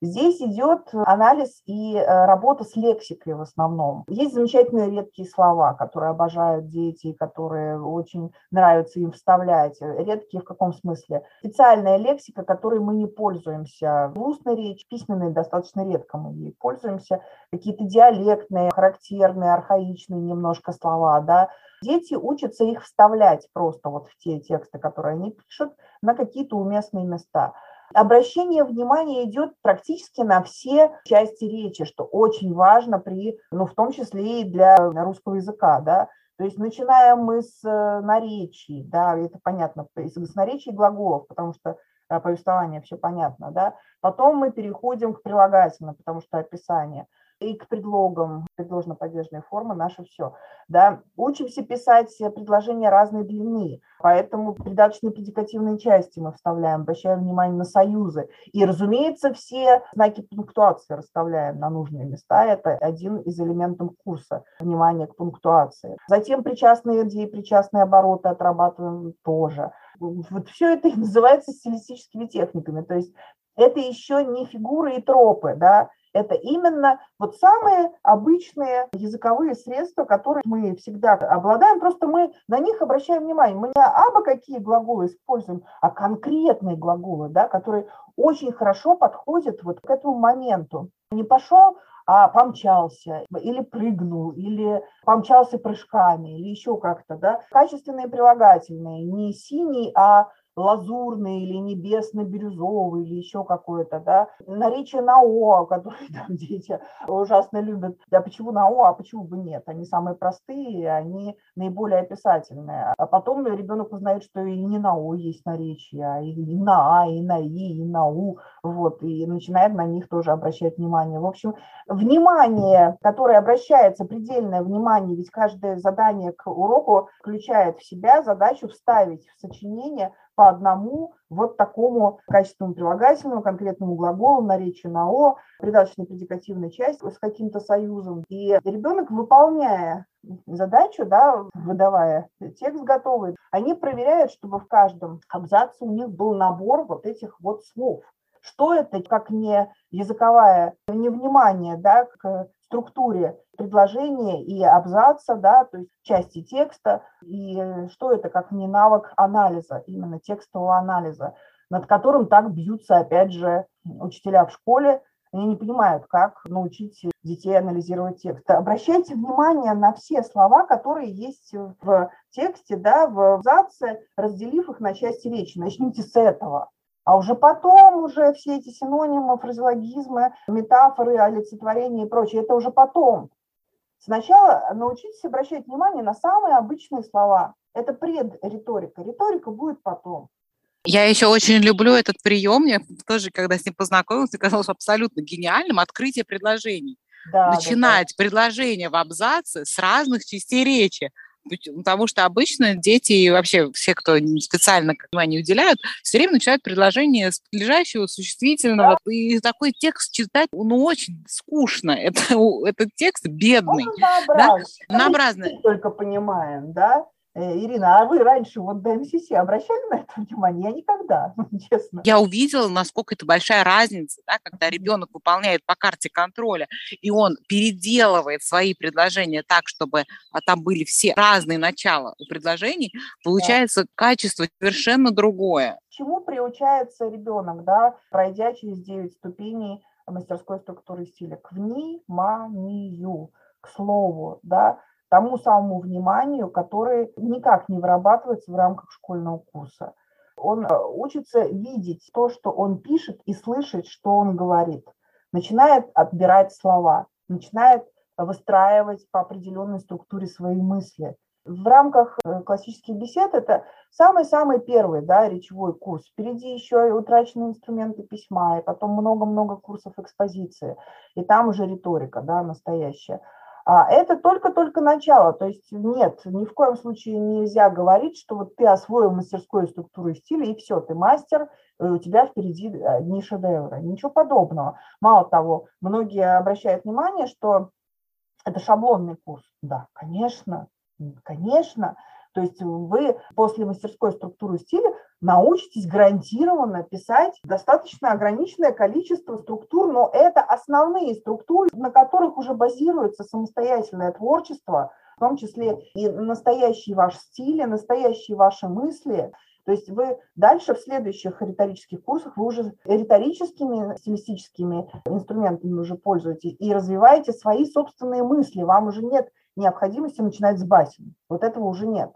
Здесь идет анализ и работа с лексикой в основном. Есть замечательные редкие слова, которые обожают дети, которые очень нравится им вставлять. Редкие в каком смысле? Специальная лексика, которой мы не пользуемся. В устной речи, письменной достаточно редко мы ей пользуемся. Какие-то диалектные, характерные, архаичные немножко слова, да. Дети учатся их вставлять просто вот в те тексты, которые они пишут, на какие-то уместные места. Обращение внимания идет практически на все части речи, что очень важно в том числе и для русского языка, да. То есть начинаем мы с наречий, да, это понятно, с наречий глаголов, потому что повествование все понятно, да. Потом мы переходим к прилагательным, потому что описание. И к предлогам, предложно-падежные формы, наше все. Да. Учимся писать предложения разной длины, поэтому придаточные предикативные части мы вставляем, обращаем внимание на союзы. И, разумеется, все знаки пунктуации расставляем на нужные места. Это один из элементов курса, внимание к пунктуации. Затем причастные, где и причастные обороты отрабатываем тоже. Вот все это и называется стилистическими техниками. То есть это еще не фигуры и тропы, да, это именно вот самые обычные языковые средства, которые мы всегда обладаем, просто мы на них обращаем внимание. Мы не абы какие глаголы используем, а конкретные глаголы, да, которые очень хорошо подходят вот к этому моменту. Не пошел, а помчался, или прыгнул, или помчался прыжками, или еще как-то, да. Качественные прилагательные, не синий, а лазурный или небесно-бирюзовый, или еще какое-то, да, наречие на «о», которые там дети ужасно любят. Да почему на «о», а почему бы нет? Они самые простые, они наиболее описательные. А потом ребенок узнает, что и не на «о» есть наречие, а и на «а», и на «и», и на «у», вот, и начинает на них тоже обращать внимание. В общем, внимание, которое обращается, предельное внимание, ведь каждое задание к уроку включает в себя задачу вставить в сочинение по одному вот такому качественному прилагательному, конкретному глаголу, наречию на «о», придаточной предикативной части с каким-то союзом. И ребенок, выполняя задачу, да, выдавая текст готовый, они проверяют, чтобы в каждом абзаце у них был набор вот этих вот слов. Что это, как не языковое невнимание, да, к структуре предложения и абзаца, да, то есть части текста, и что это, как не навык анализа, именно текстового анализа, над которым так бьются, опять же, учителя в школе. Они не понимают, как научить детей анализировать текст. Обращайте внимание на все слова, которые есть в тексте, да, в абзаце, разделив их на части речи. Начните с этого. А уже потом уже все эти синонимы, фразеологизмы, метафоры, олицетворения и прочее, это уже потом. Сначала научитесь обращать внимание на самые обычные слова. Это предриторика. Риторика будет потом.
Я еще очень люблю этот прием. Мне тоже, когда с ним познакомилась, казалось абсолютно гениальным открытие предложений. Начинать предложение в абзаце с разных частей речи. Потому что обычно дети и вообще все, кто специально внимание уделяют, все время начинают предложение с подлежащего, существительного. Да. И такой текст читать, очень скучно. Этот текст бедный.
Однообразный. Только понимаем, да? Ирина, а вы раньше вот до МСС обращали на это внимание? Я никогда, честно.
Я увидела, насколько это большая разница, да, когда ребенок выполняет по карте контроля, и он переделывает свои предложения так, чтобы там были все разные начала у предложений, получается качество совершенно другое.
К чему приучается ребенок, да, пройдя через 9 ступеней мастерской структуры стиля? К вниманию, к слову, да, тому самому вниманию, которое никак не вырабатывается в рамках школьного курса. Он учится видеть то, что он пишет, и слышать, что он говорит. Начинает отбирать слова, начинает выстраивать по определенной структуре свои мысли. В рамках классических бесед это самый-самый первый, да, речевой курс. Впереди еще и утраченные инструменты письма, и потом много-много курсов экспозиции. И там уже риторика, да, настоящая. А это только-только начало, то есть нет, ни в коем случае нельзя говорить, что вот ты освоил мастерскую структуру стиля, и все, ты мастер, у тебя впереди одни шедевры. Ничего подобного. Мало того, многие обращают внимание, что это шаблонный курс. Да, конечно. То есть вы после мастерской структуры стиля научитесь гарантированно писать достаточно ограниченное количество структур, но это основные структуры, на которых уже базируется самостоятельное творчество, в том числе и настоящий ваш стиль, и настоящие ваши мысли. То есть вы дальше в следующих риторических курсах вы уже риторическими, стилистическими инструментами уже пользуетесь и развиваете свои собственные мысли. Вам уже нет необходимости начинать с басен. Вот этого уже нет.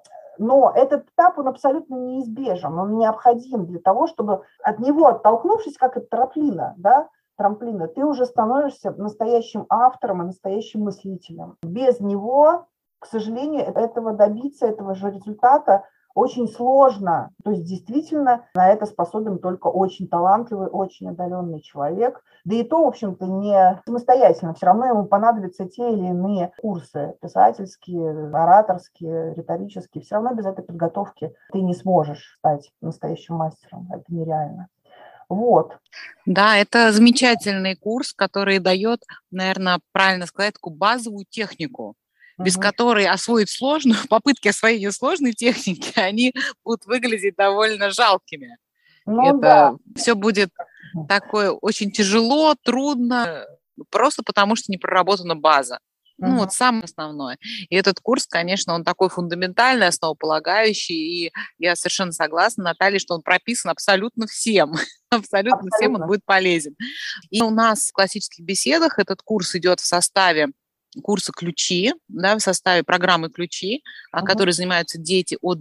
Но этот этап, он абсолютно неизбежен, он необходим для того, чтобы от него оттолкнувшись, как от трамплина, да, ты уже становишься настоящим автором и настоящим мыслителем. Без него, к сожалению, этого добиться, этого же результата очень сложно. То есть действительно на это способен только очень талантливый, очень одаренный человек. Да и то, в общем-то, не самостоятельно. Все равно ему понадобятся те или иные курсы писательские, ораторские, риторические. Все равно без этой подготовки ты не сможешь стать настоящим мастером. Это нереально. Вот.
Да, это замечательный курс, который дает, наверное, правильно сказать, такую базовую технику, без которой освоить сложную, попытки освоения сложной техники, они будут выглядеть довольно жалкими. Это все будет такое очень тяжело, трудно, просто потому что не проработана база. Ну, вот самое основное. И этот курс, конечно, он такой фундаментальный, основополагающий, и я совершенно согласна, Наталья, что он прописан абсолютно всем. Абсолютно всем он будет полезен. И у нас в классических беседах этот курс идет в составе курса «Ключи», да, в составе программы «Ключи», которой занимаются дети от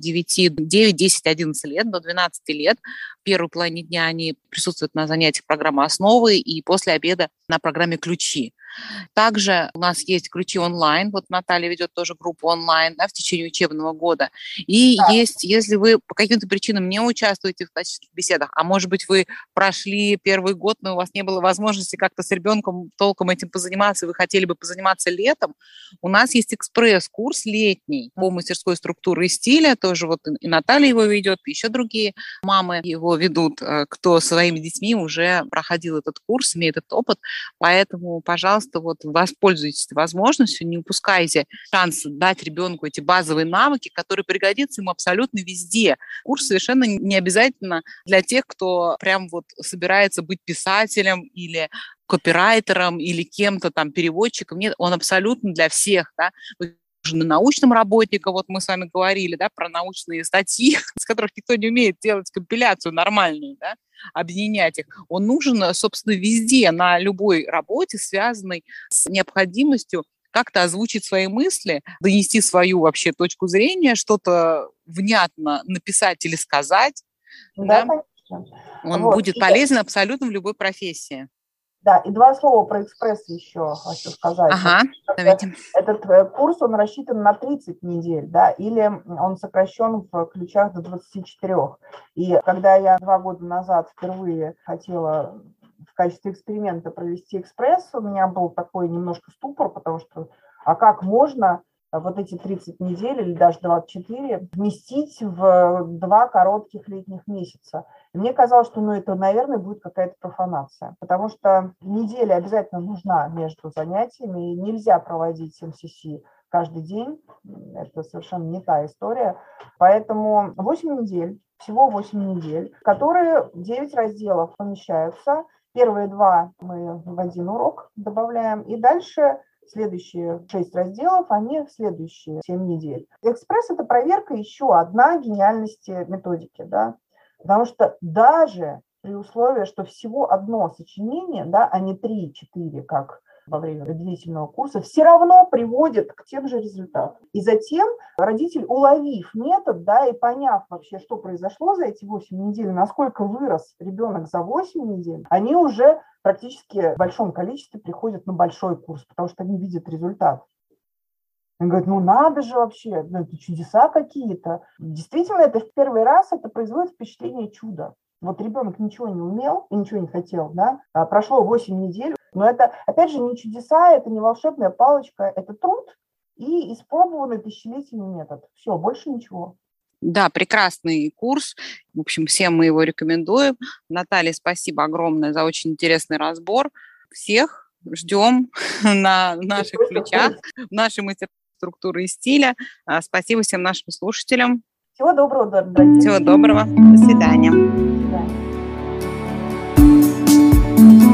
9, 10, 11 лет до 12 лет. В первой половине дня они присутствуют на занятиях программы «Основы» и после обеда на программе «Ключи». Также у нас есть ключи онлайн. Вот Наталья ведет тоже группу онлайн, да, в течение учебного года. И есть, если вы по каким-то причинам не участвуете в классических беседах, а может быть, вы прошли первый год, но у вас не было возможности как-то с ребенком толком этим позаниматься, и вы хотели бы позаниматься летом, у нас есть экспресс-курс летний по мастерской структуры и стиля. Тоже вот и Наталья его ведет, и еще другие мамы его ведут, кто своими детьми уже проходил этот курс, имеет этот опыт. Поэтому, пожалуйста, вот воспользуйтесь возможностью, не упускайте шанс дать ребенку эти базовые навыки, которые пригодятся ему абсолютно везде. Курс совершенно не обязательно для тех, кто прям вот собирается быть писателем или копирайтером или кем-то там, переводчиком. Нет, он абсолютно для всех, да. Научным работникам, вот мы с вами говорили, да, про научные статьи, с которых никто не умеет делать компиляцию нормальную, да, объединять их. Он нужен, собственно, везде, на любой работе, связанной с необходимостью как-то озвучить свои мысли, донести свою вообще точку зрения, что-то внятно написать или сказать.
Да,
да? Он
вот.
будет полезен абсолютно в любой профессии.
Да, и два слова про экспресс еще хочу сказать.
Ага, давайте.
Этот курс, он рассчитан на 30 недель, да, или он сокращен в ключах до 24. И когда я 2 года назад впервые хотела в качестве эксперимента провести экспресс, у меня был такой немножко ступор, потому что, а как можно вот эти 30 недель или даже 24 вместить в 2 коротких летних месяца? И мне казалось, что, это, наверное, будет какая-то профанация, потому что неделя обязательно нужна между занятиями, и нельзя проводить МСС каждый день, это совершенно не та история. Поэтому 8 недель, всего 8 недель, которые 9 разделов помещаются. Первые 2 мы в один урок добавляем, и дальше следующие 6 разделов, они в следующие 7 недель. Экспресс – это проверка еще одна гениальности методики, да, потому что даже при условии, что всего одно сочинение, да, а не 3-4, как во время длительного курса, все равно приводит к тем же результатам. И затем родитель, уловив метод, да, и поняв вообще, что произошло за эти 8 недель, насколько вырос ребенок за 8 недель, они уже практически в большом количестве приходят на большой курс, потому что они видят результат. Он говорит, надо же вообще, это чудеса какие-то. Действительно, это в первый раз это производит впечатление чуда. Вот ребенок ничего не умел и ничего не хотел, да, прошло 8 недель, но это, опять же, не чудеса, это не волшебная палочка, это труд и испробованный тысячелетиями метод. Все, больше ничего.
Да, прекрасный курс. В общем, всем мы его рекомендуем. Наталья, спасибо огромное за очень интересный разбор. Всех ждем на наших ключах, в нашей мастерской структуры и стиля. Спасибо всем нашим слушателям.
Всего доброго, дорогие.
Всего доброго. До свидания.
До свидания.